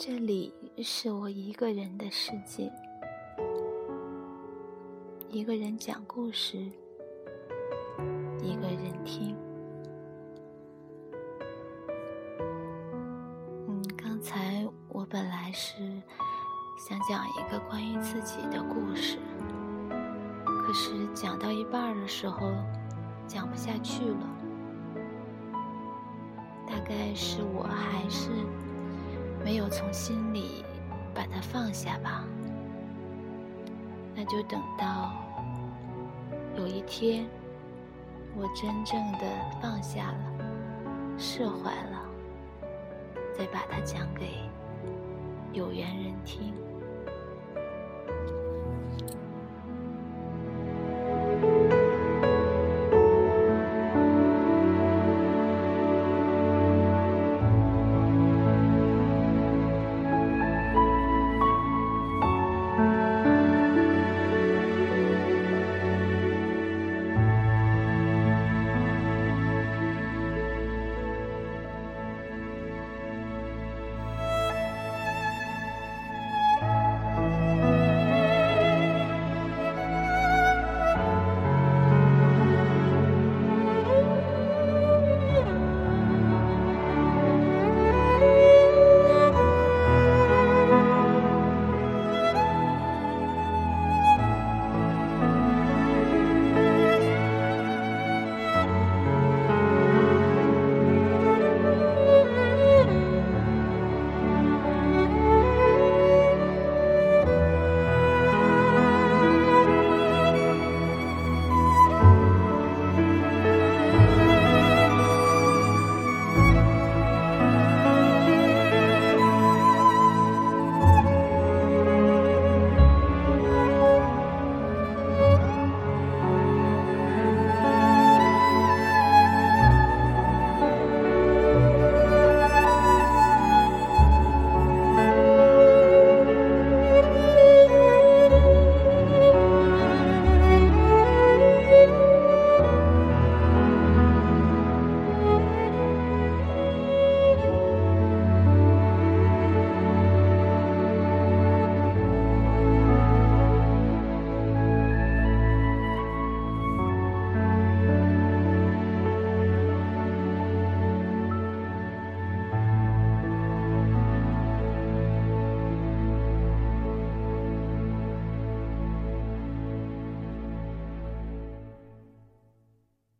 这里是我一个人的世界，一个人讲故事，一个人听。刚才我本来是想讲一个关于自己的故事，可是讲到一半的时候讲不下去了，大概是我还是没有从心里把它放下吧。那就等到有一天我真正的放下了，释怀了，再把它讲给有缘人听。